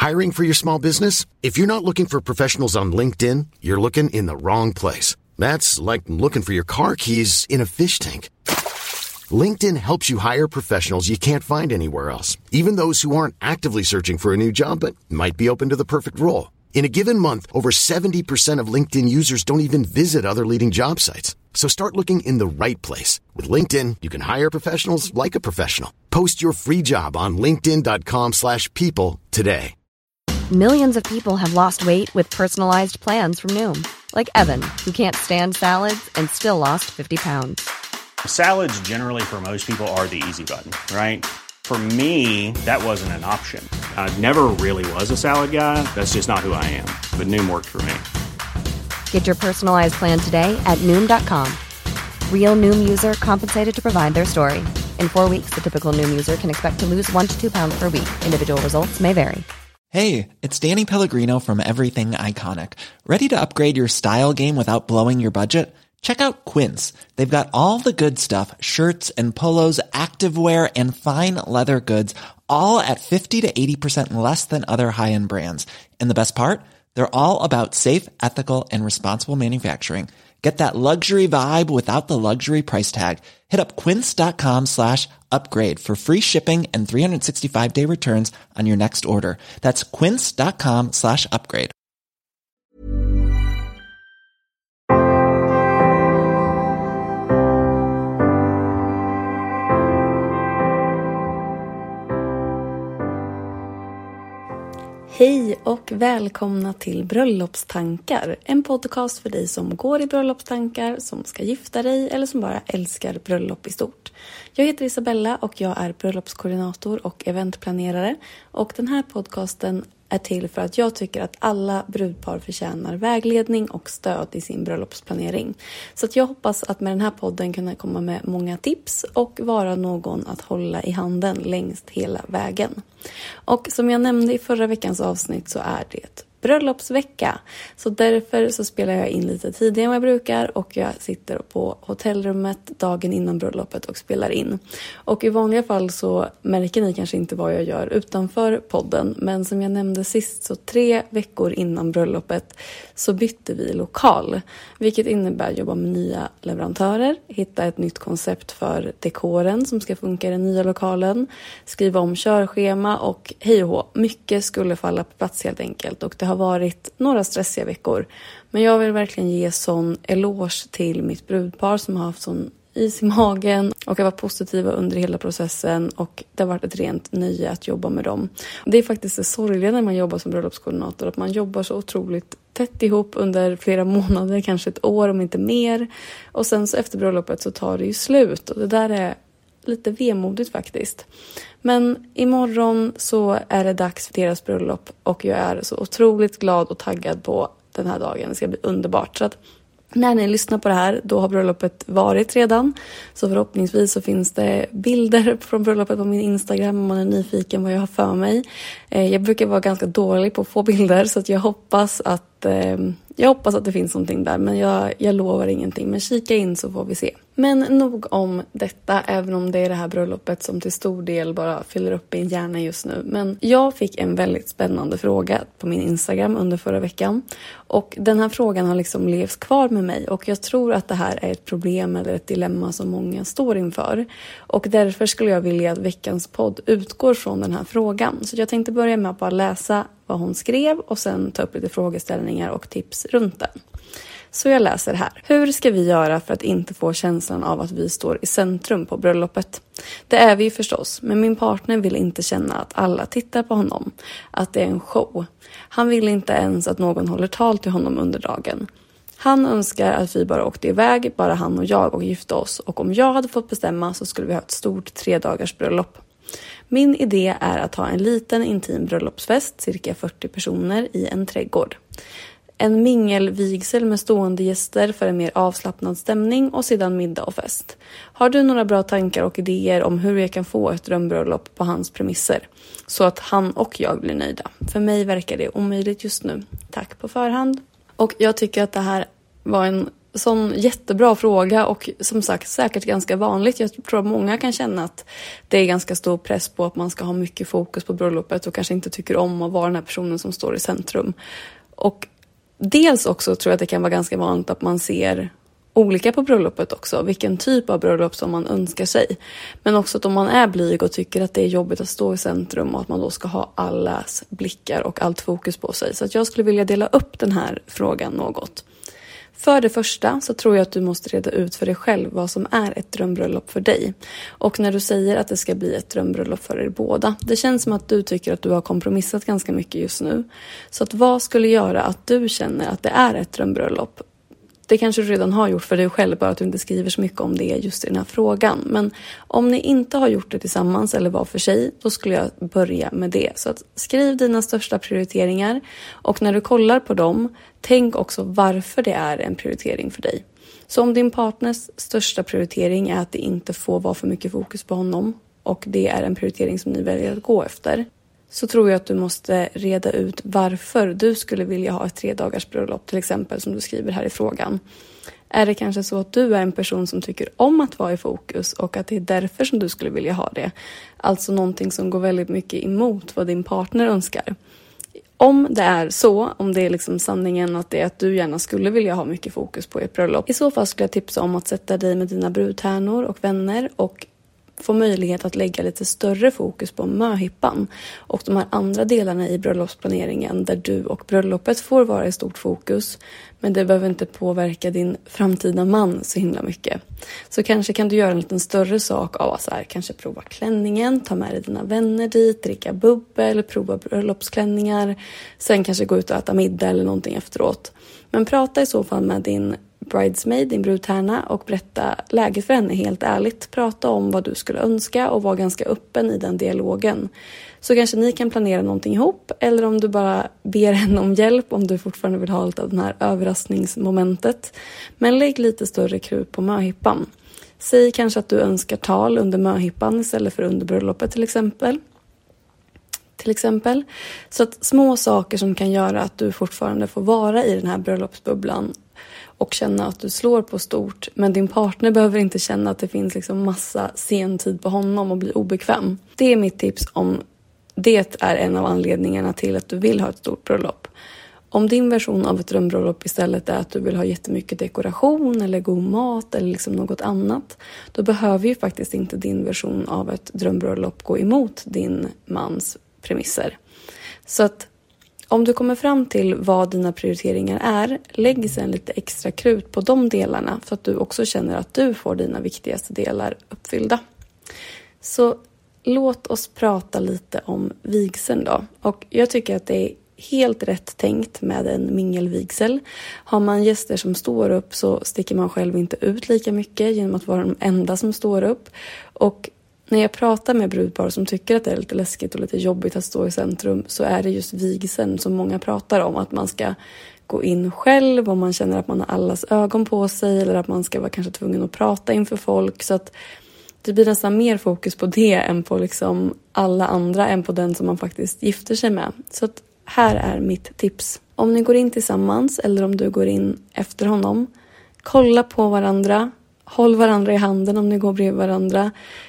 Hiring for your small business? If you're not looking for professionals on LinkedIn, you're looking in the wrong place. That's like looking for your car keys in a fish tank. LinkedIn helps you hire professionals you can't find anywhere else, even those who aren't actively searching for a new job but might be open to the perfect role. In a given month, over 70% of LinkedIn users don't even visit other leading job sites. So start looking in the right place. With LinkedIn, you can hire professionals like a professional. Post your free job on linkedin.com/people today. Millions of people have lost weight with personalized plans from Noom. Like Evan, who can't stand salads and still lost 50 pounds. Salads generally for most people are the easy button, right? For me, that wasn't an option. I never really was a salad guy. That's just not who I am. But Noom worked for me. Get your personalized plan today at Noom.com. Real Noom user compensated to provide their story. In 4 weeks, the typical Noom user can expect to lose 1 to 2 pounds per week. Individual results may vary. Hey, it's Danny Pellegrino from Everything Iconic. Ready to upgrade your style game without blowing your budget? Check out Quince. They've got all the good stuff, shirts and polos, activewear, and fine leather goods, all at 50 to 80% less than other high-end brands. And the best part? They're all about safe, ethical, and responsible manufacturing. Get that luxury vibe without the luxury price tag. Hit up quince.com/upgrade for free shipping and 365-day returns on your next order. That's quince.com/upgrade. Hej och välkomna till Bröllopstankar. En podcast för dig som går i bröllopstankar, som ska gifta dig eller som bara älskar bröllop i stort. Jag heter Isabella och jag är bröllopskoordinator och eventplanerare. Och den här podcasten är till för att jag tycker att alla brudpar förtjänar vägledning och stöd i sin bröllopsplanering. Så att jag hoppas att med den här podden kunna komma med många tips och vara någon att hålla i handen längst hela vägen. Och som jag nämnde i förra veckans avsnitt så är det bröllopsvecka. Så därför så spelar jag in lite tidigare än vad jag brukar och jag sitter på hotellrummet dagen innan bröllopet och spelar in. Och i vanliga fall så märker ni kanske inte vad jag gör utanför podden. Men som jag nämnde sist så 3 veckor innan bröllopet så bytte vi lokal. Vilket innebär att jobba med nya leverantörer, hitta ett nytt koncept för dekoren som ska funka i den nya lokalen, skriva om körschema och hej och hå. Mycket skulle falla på plats helt enkelt och det har varit några stressiga veckor. Men jag vill verkligen ge sån eloge till mitt brudpar som har haft sån is i magen och har varit positiva under hela processen och det har varit ett rent nöje att jobba med dem. Det är faktiskt det sorgliga när man jobbar som bröllopskoordinator att man jobbar så otroligt tätt ihop under flera månader, kanske ett år om inte mer. Och sen så efter bröllopet så tar det ju slut och det där är lite vemodigt faktiskt. Men imorgon så är det dags för deras bröllop och jag är så otroligt glad och taggad på den här dagen. Det ska bli underbart. Så att när ni lyssnar på det här, då har bröllopet varit redan. Så förhoppningsvis så finns det bilder från bröllopet på min Instagram om man är nyfiken vad jag har för mig. Jag brukar vara ganska dålig på att få bilder så att jag hoppas att det finns någonting där. Men jag lovar ingenting. Men kika in så får vi se. Men nog om detta, även om det är det här bröllopet som till stor del bara fyller upp min hjärna just nu. Men jag fick en väldigt spännande fråga på min Instagram under förra veckan. Och den här frågan har liksom levt kvar med mig. Och jag tror att det här är ett problem eller ett dilemma som många står inför. Och därför skulle jag vilja att veckans podd utgår från den här frågan. Så jag tänkte börja med att bara läsa vad hon skrev och sen ta upp lite frågeställningar och tips runt den. Så jag läser här. Hur ska vi göra för att inte få känslan av att vi står i centrum på bröllopet? Det är vi ju förstås, men min partner vill inte känna att alla tittar på honom. Att det är en show. Han vill inte ens att någon håller tal till honom under dagen. Han önskar att vi bara åkte iväg, bara han och jag, och gifte oss. Och om jag hade fått bestämma så skulle vi ha ett stort 3-dagars bröllop. Min idé är att ha en liten intim bröllopsfest, cirka 40 personer, i en trädgård. En mingelvigsel med stående gäster för en mer avslappnad stämning och sedan middag och fest. Har du några bra tankar och idéer om hur jag kan få ett drömbröllop på hans premisser? Så att han och jag blir nöjda. För mig verkar det omöjligt just nu. Tack på förhand. Och jag tycker att det här var en sån jättebra fråga och som sagt säkert ganska vanligt. Jag tror att många kan känna att det är ganska stor press på att man ska ha mycket fokus på bröllopet och kanske inte tycker om att vara den här personen som står i centrum. Och dels också tror jag att det kan vara ganska vanligt att man ser olika på bröllopet också, vilken typ av bröllop som man önskar sig. Men också att om man är blyg och tycker att det är jobbigt att stå i centrum och att man då ska ha allas blickar och allt fokus på sig. Så att jag skulle vilja dela upp den här frågan något. För det första så tror jag att du måste reda ut för dig själv vad som är ett drömbröllop för dig. Och när du säger att det ska bli ett drömbröllop för er båda. Det känns som att du tycker att du har kompromissat ganska mycket just nu. Så att vad skulle göra att du känner att det är ett drömbröllop? Det kanske du redan har gjort för dig själv, bara att du inte skriver så mycket om det just i den här frågan. Men om ni inte har gjort det tillsammans eller var för sig, då skulle jag börja med det. Så att skriv dina största prioriteringar och när du kollar på dem, tänk också varför det är en prioritering för dig. Så om din partners största prioritering är att det inte får vara för mycket fokus på honom och det är en prioritering som ni väljer att gå efter, så tror jag att du måste reda ut varför du skulle vilja ha ett 3-dagars bröllop, till exempel som du skriver här i frågan. Är det kanske så att du är en person som tycker om att vara i fokus och att det är därför som du skulle vilja ha det? Alltså någonting som går väldigt mycket emot vad din partner önskar. Om det är så, om det är liksom sanningen att det är att du gärna skulle vilja ha mycket fokus på ert bröllop, i så fall skulle jag tipsa om att sätta dig med dina brudtärnor och vänner och få möjlighet att lägga lite större fokus på möhippan och de här andra delarna i bröllopsplaneringen där du och bröllopet får vara i stort fokus, men det behöver inte påverka din framtida man så himla mycket. Så kanske kan du göra en liten större sak av att så här, kanske prova klänningen, ta med dig dina vänner dit, dricka bubbel, prova bröllopsklänningar, sen kanske gå ut och äta middag eller någonting efteråt. Men prata i så fall med din bridesmaid, din brudtärna, och berätta läget för henne helt ärligt. Prata om vad du skulle önska och vara ganska öppen i den dialogen. Så kanske ni kan planera någonting ihop, eller om du bara ber henne om hjälp om du fortfarande vill ha lite av den här överraskningsmomentet. Men lägg lite större krut på möhippan. Säg kanske att du önskar tal under möhippan istället för under bröllopet till exempel. Så att små saker som kan göra att du fortfarande får vara i den här bröllopsbubblan och känna att du slår på stort, men din partner behöver inte känna att det finns liksom massa sentid på honom och bli obekväm. Det är mitt tips om det är en av anledningarna till att du vill ha ett stort bröllop. Om din version av ett drömbröllop istället är att du vill ha jättemycket dekoration eller god mat eller liksom något annat, då behöver ju faktiskt inte din version av ett drömbröllop gå emot din mans premisser. Så att om du kommer fram till vad dina prioriteringar är, lägg sen lite extra krut på de delarna så att du också känner att du får dina viktigaste delar uppfyllda. Så låt oss prata lite om vigseln då. Och jag tycker att det är helt rätt tänkt med en mingelvigsel. Har man gäster som står upp så sticker man själv inte ut lika mycket genom att vara den enda som står upp. Och när jag pratar med brudpar som tycker att det är lite läskigt och lite jobbigt att stå i centrum, så är det just vigseln som många pratar om. Att man ska gå in själv och man känner att man har allas ögon på sig, eller att man ska vara kanske tvungen att prata inför folk. Så att det blir nästan mer fokus på det än på liksom alla andra, än på den som man faktiskt gifter sig med. Så att här är mitt tips. Om ni går in tillsammans eller om du går in efter honom, kolla på varandra, håll varandra i handen om ni går bredvid varandra.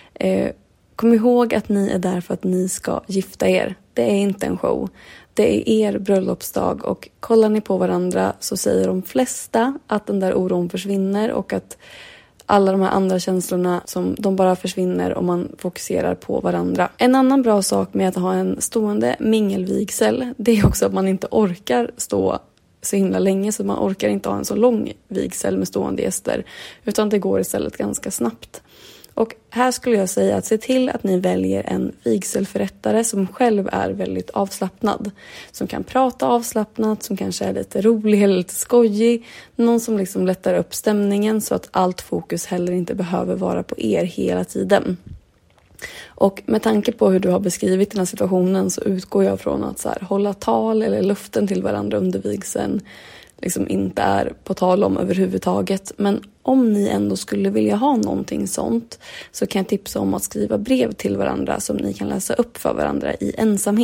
Kom ihåg att ni är där för att ni ska gifta er. Det är inte en show. Det är er bröllopsdag, och kollar ni på varandra så säger de flesta att den där oron försvinner och att alla de här andra känslorna som de bara försvinner om man fokuserar på varandra. En annan bra sak med att ha en stående mingelvigsel, det är också att man inte orkar stå så himla länge, så man orkar inte ha en så lång vigsel med stående gäster, utan det går istället ganska snabbt. Och här skulle jag säga att se till att ni väljer en vigselförrättare som själv är väldigt avslappnad. Som kan prata avslappnat, som kanske är lite rolig eller lite skojig. Någon som liksom lättar upp stämningen så att allt fokus heller inte behöver vara på er hela tiden. Och med tanke på hur du har beskrivit den här situationen så utgår jag från att så här, hålla tal eller luften till varandra under vigseln liksom inte är på tal om överhuvudtaget. Men om ni ändå skulle vilja ha någonting sånt, så kan jag tipsa om att skriva brev till varandra som ni kan läsa upp för varandra i ensamhet.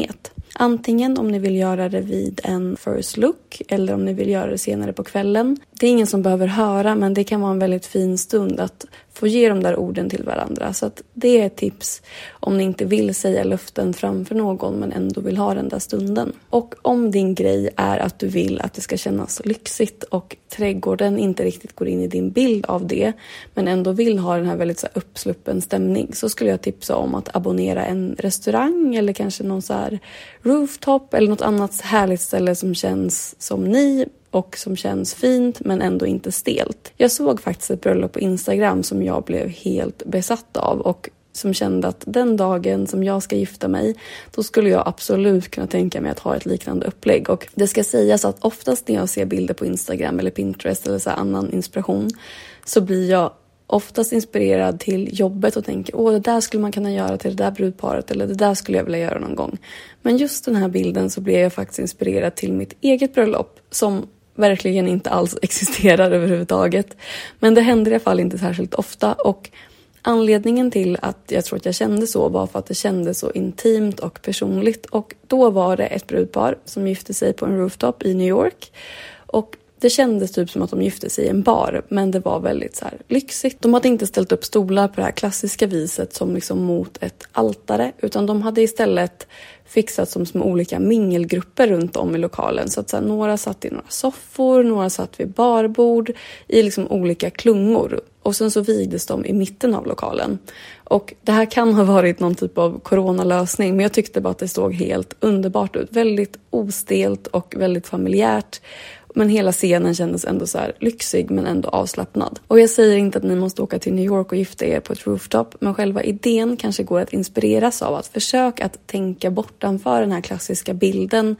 Antingen om ni vill göra det vid en first look eller om ni vill göra det senare på kvällen. Det är ingen som behöver höra, men det kan vara en väldigt fin stund att få ge de där orden till varandra. Så att det är ett tips om ni inte vill säga löften framför någon men ändå vill ha den där stunden. Och om din grej är att du vill att det ska kännas lyxigt och trädgården inte riktigt går in i din bild av det men ändå vill ha den här väldigt så här uppsluppen stämning, så skulle jag tipsa om att abonnera en restaurang eller kanske någon så här rooftop eller något annat härligt ställe som känns som ni och som känns fint men ändå inte stelt. Jag såg faktiskt ett bröllop på Instagram som jag blev helt besatt av och som kände att den dagen som jag ska gifta mig, då skulle jag absolut kunna tänka mig att ha ett liknande upplägg. Och det ska sägas att oftast när jag ser bilder på Instagram eller Pinterest eller så annan inspiration, så blir jag oftast inspirerad till jobbet och tänker, det där skulle man kunna göra till det där brudparet eller det där skulle jag vilja göra någon gång. Men just den här bilden så blev jag faktiskt inspirerad till mitt eget bröllop som verkligen inte alls existerar överhuvudtaget. Men det händer i alla fall inte särskilt ofta, och anledningen till att jag tror att jag kände så var för att det kändes så intimt och personligt. Och då var det ett brudpar som gifte sig på en rooftop i New York. Och det kändes typ som att de gifte sig i en bar, men det var väldigt så här lyxigt. De hade inte ställt upp stolar på det här klassiska viset som liksom mot ett altare, utan de hade istället fixat som små olika mingelgrupper runt om i lokalen. Så att så här, några satt i några soffor, några satt vid barbord i liksom olika klungor. Och sen så vigdes de i mitten av lokalen. Och det här kan ha varit någon typ av coronalösning, men jag tyckte bara att det såg helt underbart ut. Väldigt ostelt och väldigt familjärt. Men hela scenen kändes ändå så här lyxig men ändå avslappnad. Och jag säger inte att ni måste åka till New York och gifta er på ett rooftop. Men själva idén kanske går att inspireras av att försöka att tänka bortanför den här klassiska bilden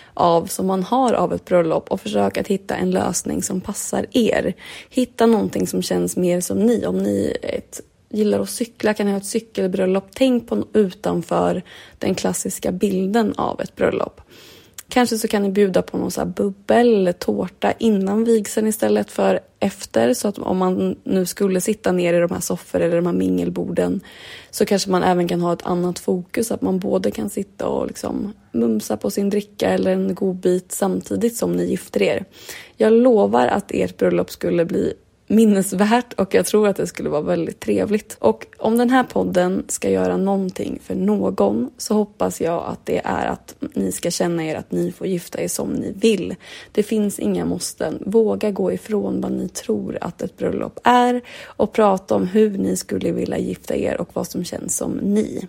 som man har av ett bröllop och försöka att hitta en lösning som passar er. Hitta någonting som känns mer som ni. Om ni gillar att cykla, kan ni ha ett cykelbröllop. Tänk på utanför den klassiska bilden av ett bröllop. Kanske så kan ni bjuda på någon så här bubbel eller tårta innan vigseln istället för efter. Så att om man nu skulle sitta ner i de här soffor eller de här mingelborden, så kanske man även kan ha ett annat fokus. Att man både kan sitta och liksom mumsa på sin dricka eller en god bit samtidigt som ni gifter er. Jag lovar att ert bröllop skulle bli minnesvärt och jag tror att det skulle vara väldigt trevligt. Och om den här podden ska göra någonting för någon, så hoppas jag att det är att ni ska känna er att ni får gifta er som ni vill. Det finns inga måsten. Våga gå ifrån vad ni tror att ett bröllop är och prata om hur ni skulle vilja gifta er och vad som känns som ni.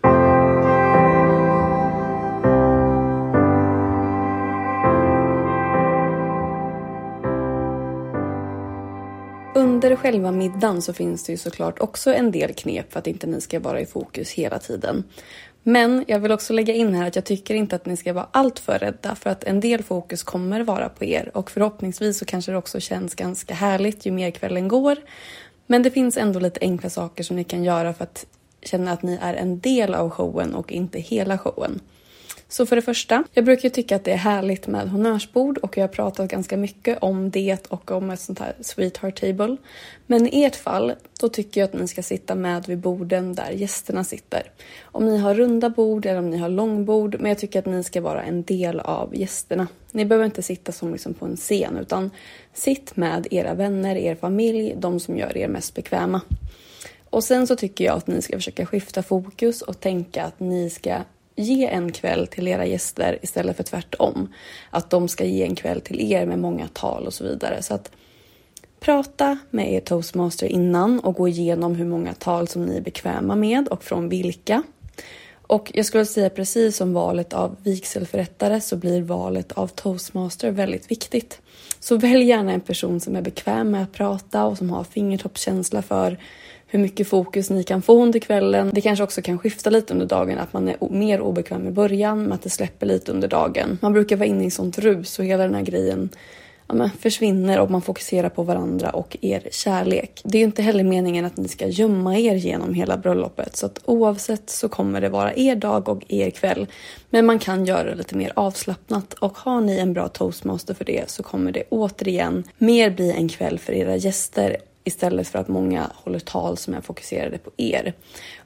Under själva middagen så finns det ju såklart också en del knep för att inte ni ska vara i fokus hela tiden. Men jag vill också lägga in här att jag tycker inte att ni ska vara allt för rädda, för att en del fokus kommer vara på er och förhoppningsvis så kanske det också känns ganska härligt ju mer kvällen går. Men det finns ändå lite enkla saker som ni kan göra för att känna att ni är en del av showen och inte hela showen. Så för det första, jag brukar tycka att det är härligt med honnörsbord och jag har pratat ganska mycket om det och om ett sånt här sweetheart table. Men i ert fall, då tycker jag att ni ska sitta med vid borden där gästerna sitter. Om ni har runda bord eller om ni har långbord, men jag tycker att ni ska vara en del av gästerna. Ni behöver inte sitta som liksom på en scen, utan sitt med era vänner, er familj, de som gör er mest bekväma. Och sen så tycker jag att ni ska försöka skifta fokus och tänka att ni ska ge en kväll till era gäster istället för tvärtom. Att de ska ge en kväll till er med många tal och så vidare. Så att prata med er toastmaster innan och gå igenom hur många tal som ni är bekväma med och från vilka. Och jag skulle säga precis som valet av vigselförrättare så blir valet av toastmaster väldigt viktigt. Så välj gärna en person som är bekväm med att prata och som har fingertoppskänsla för hur mycket fokus ni kan få under kvällen. Det kanske också kan skifta lite under dagen, att man är mer obekväm i början men att det släpper lite under dagen. Man brukar vara inne i sånt rus och hela den här grejen försvinner och man fokuserar på varandra och er kärlek. Det är ju inte heller meningen att ni ska gömma er genom hela bröllopet, så att oavsett så kommer det vara er dag och er kväll. Men man kan göra det lite mer avslappnat, och har ni en bra toastmaster för det så kommer det återigen mer bli en kväll för era gäster istället för att många håller tal som är fokuserade på er. Och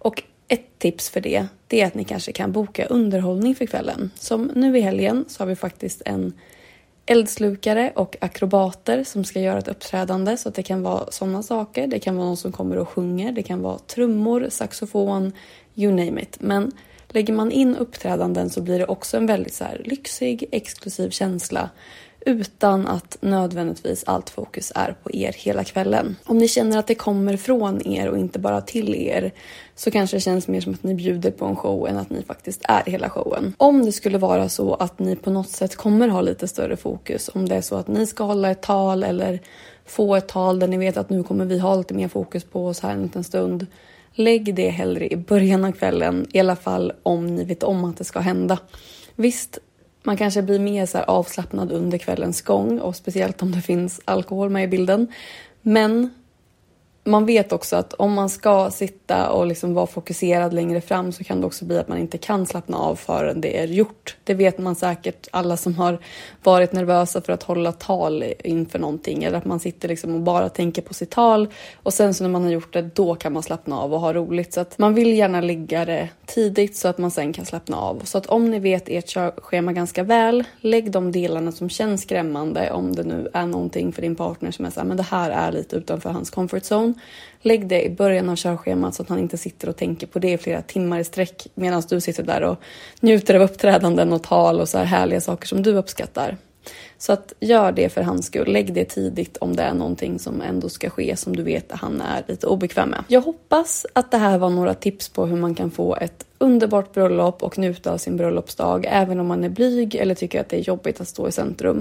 ett tips för det är att ni kanske kan boka underhållning för kvällen. Som nu i helgen så har vi faktiskt en eldslukare och akrobater som ska göra ett uppträdande, så att det kan vara sådana saker. Det kan vara någon som kommer och sjunger, det kan vara trummor, saxofon, you name it. Men lägger man in uppträdanden så blir det också en väldigt så här lyxig, exklusiv känsla utan att nödvändigtvis allt fokus är på er hela kvällen. Om ni känner att det kommer från er och inte bara till er, så kanske det känns mer som att ni bjuder på en show än att ni faktiskt är hela showen. Om det skulle vara så att ni på något sätt kommer ha lite större fokus, om det är så att ni ska hålla ett tal eller få ett tal där ni vet att nu kommer vi ha lite mer fokus på oss här en liten stund, lägg det hellre i början av kvällen, i alla fall om ni vet om att det ska hända. Visst, man kanske blir mer så här avslappnad under kvällens gång, och speciellt om det finns alkohol med i bilden. Men man vet också att om man ska sitta och liksom vara fokuserad längre fram, så kan det också bli att man inte kan slappna av förrän det är gjort. Det vet man säkert, alla som har varit nervösa för att hålla tal inför någonting. Eller att man sitter liksom och bara tänker på sitt tal, och sen så när man har gjort det, då kan man slappna av och ha roligt. Så att man vill gärna ligga det tidigt så att man sen kan slappna av. Så att om ni vet ert schema ganska väl, lägg de delarna som känns skrämmande, om det nu är någonting för din partner som är så här, men det här är lite utanför hans comfort zone. Lägg det i början av körschemat så att han inte sitter och tänker på det i flera timmar i sträck medan du sitter där och njuter av uppträdanden och tal och så här härliga saker som du uppskattar. Så att gör det för hans skull. Lägg det tidigt om det är någonting som ändå ska ske som du vet att han är lite obekväm med. Jag hoppas att det här var några tips på hur man kan få ett underbart bröllop och njuta av sin bröllopsdag även om man är blyg eller tycker att det är jobbigt att stå i centrum.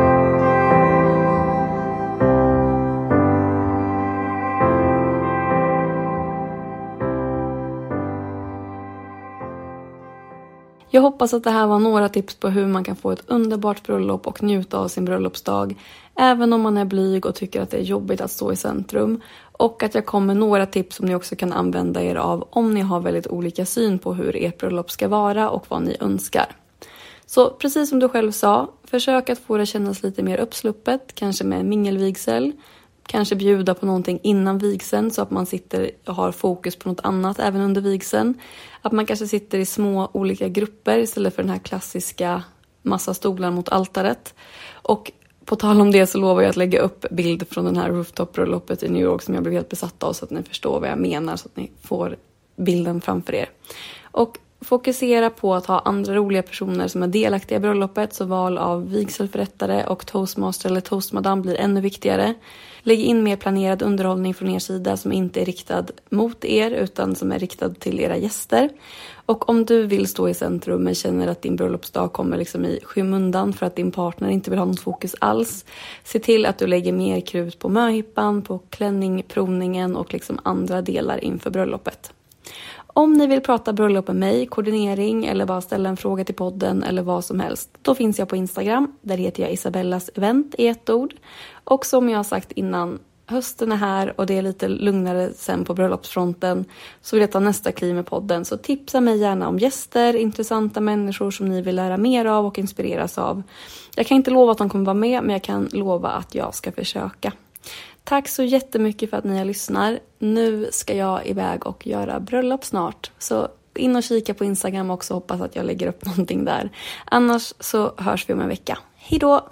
Jag hoppas att det här var några tips på hur man kan få ett underbart bröllop och njuta av sin bröllopsdag, även om man är blyg och tycker att det är jobbigt att stå i centrum. Och att jag kommer några tips som ni också kan använda er av om ni har väldigt olika syn på hur ert bröllop ska vara och vad ni önskar. Så precis som du själv sa, försök att få det kännas lite mer uppsluppet, kanske med en mingelvigsel. Kanske bjuda på någonting innan vigseln så att man sitter och har fokus på något annat även under vigseln. Att man kanske sitter i små olika grupper istället för den här klassiska massa stolar mot altaret. Och på tal om det så lovar jag att lägga upp bild från den här rooftop-bröllopet i New York som jag blev helt besatt av, så att ni förstår vad jag menar, så att ni får bilden framför er. Och fokusera på att ha andra roliga personer som är delaktiga i bröllopet, så val av vigselförrättare och toastmaster eller toastmadam blir ännu viktigare. Lägg in mer planerad underhållning från er sida som inte är riktad mot er utan som är riktad till era gäster. Och om du vill stå i centrum men känner att din bröllopsdag kommer liksom i skymundan för att din partner inte vill ha något fokus alls, se till att du lägger mer krut på möhippan, på klänningprovningen och liksom andra delar inför bröllopet. Om ni vill prata bröllop med mig, koordinering eller bara ställa en fråga till podden eller vad som helst, då finns jag på Instagram. Där heter jag Isabellas event i ett ord. Och som jag har sagt innan, hösten är här och det är lite lugnare sen på bröllopsfronten, så vill jag ta nästa kliv med podden. Så tipsa mig gärna om gäster, intressanta människor som ni vill lära mer av och inspireras av. Jag kan inte lova att de kommer vara med, men jag kan lova att jag ska försöka. Tack så jättemycket för att ni lyssnar. Nu ska jag iväg och göra bröllop snart. Så in och kika på Instagram också. Hoppas att jag lägger upp någonting där. Annars så hörs vi om en vecka. Hej då!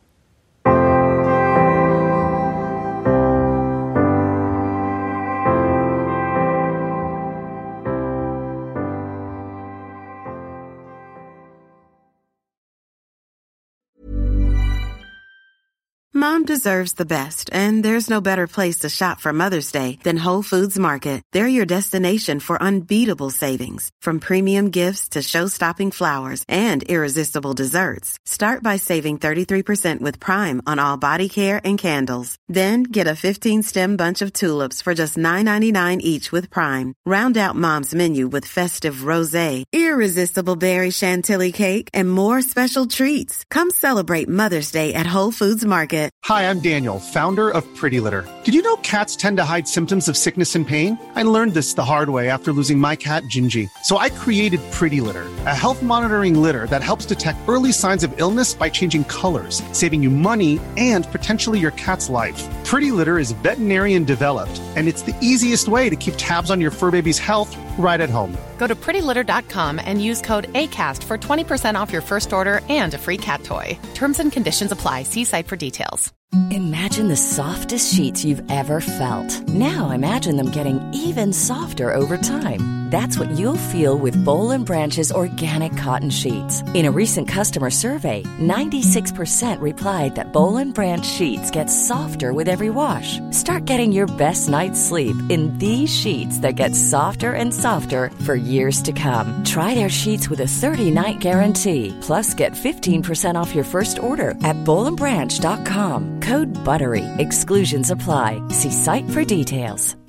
Mom deserves the best, and there's no better place to shop for Mother's Day than Whole Foods Market. They're your destination for unbeatable savings, from premium gifts to show-stopping flowers and irresistible desserts. Start by saving 33% with Prime on all body care and candles. Then get a 15-stem bunch of tulips for just $9.99 each with Prime. Round out Mom's menu with festive rosé, irresistible berry chantilly cake, and more special treats. Come celebrate Mother's Day at Whole Foods Market. Hi, I'm Daniel, founder of Pretty Litter. Did you know cats tend to hide symptoms of sickness and pain? I learned this the hard way after losing my cat, Gingy. So I created Pretty Litter, a health monitoring litter that helps detect early signs of illness by changing colors, saving you money and potentially your cat's life. Pretty Litter is veterinarian developed, and it's the easiest way to keep tabs on your fur baby's health right at home. Go to prettylitter.com and use code ACAST for 20% off your first order and a free cat toy. Terms and conditions apply. See site for details. Imagine the softest sheets you've ever felt. Now imagine them getting even softer over time. That's what you'll feel with Boll & Branch's organic cotton sheets. In a recent customer survey, 96% replied that Boll & Branch sheets get softer with every wash. Start getting your best night's sleep in these sheets that get softer and softer for years to come. Try their sheets with a 30-night guarantee. Plus, get 15% off your first order at bollandbranch.com. Code BUTTERY. Exclusions apply. See site for details.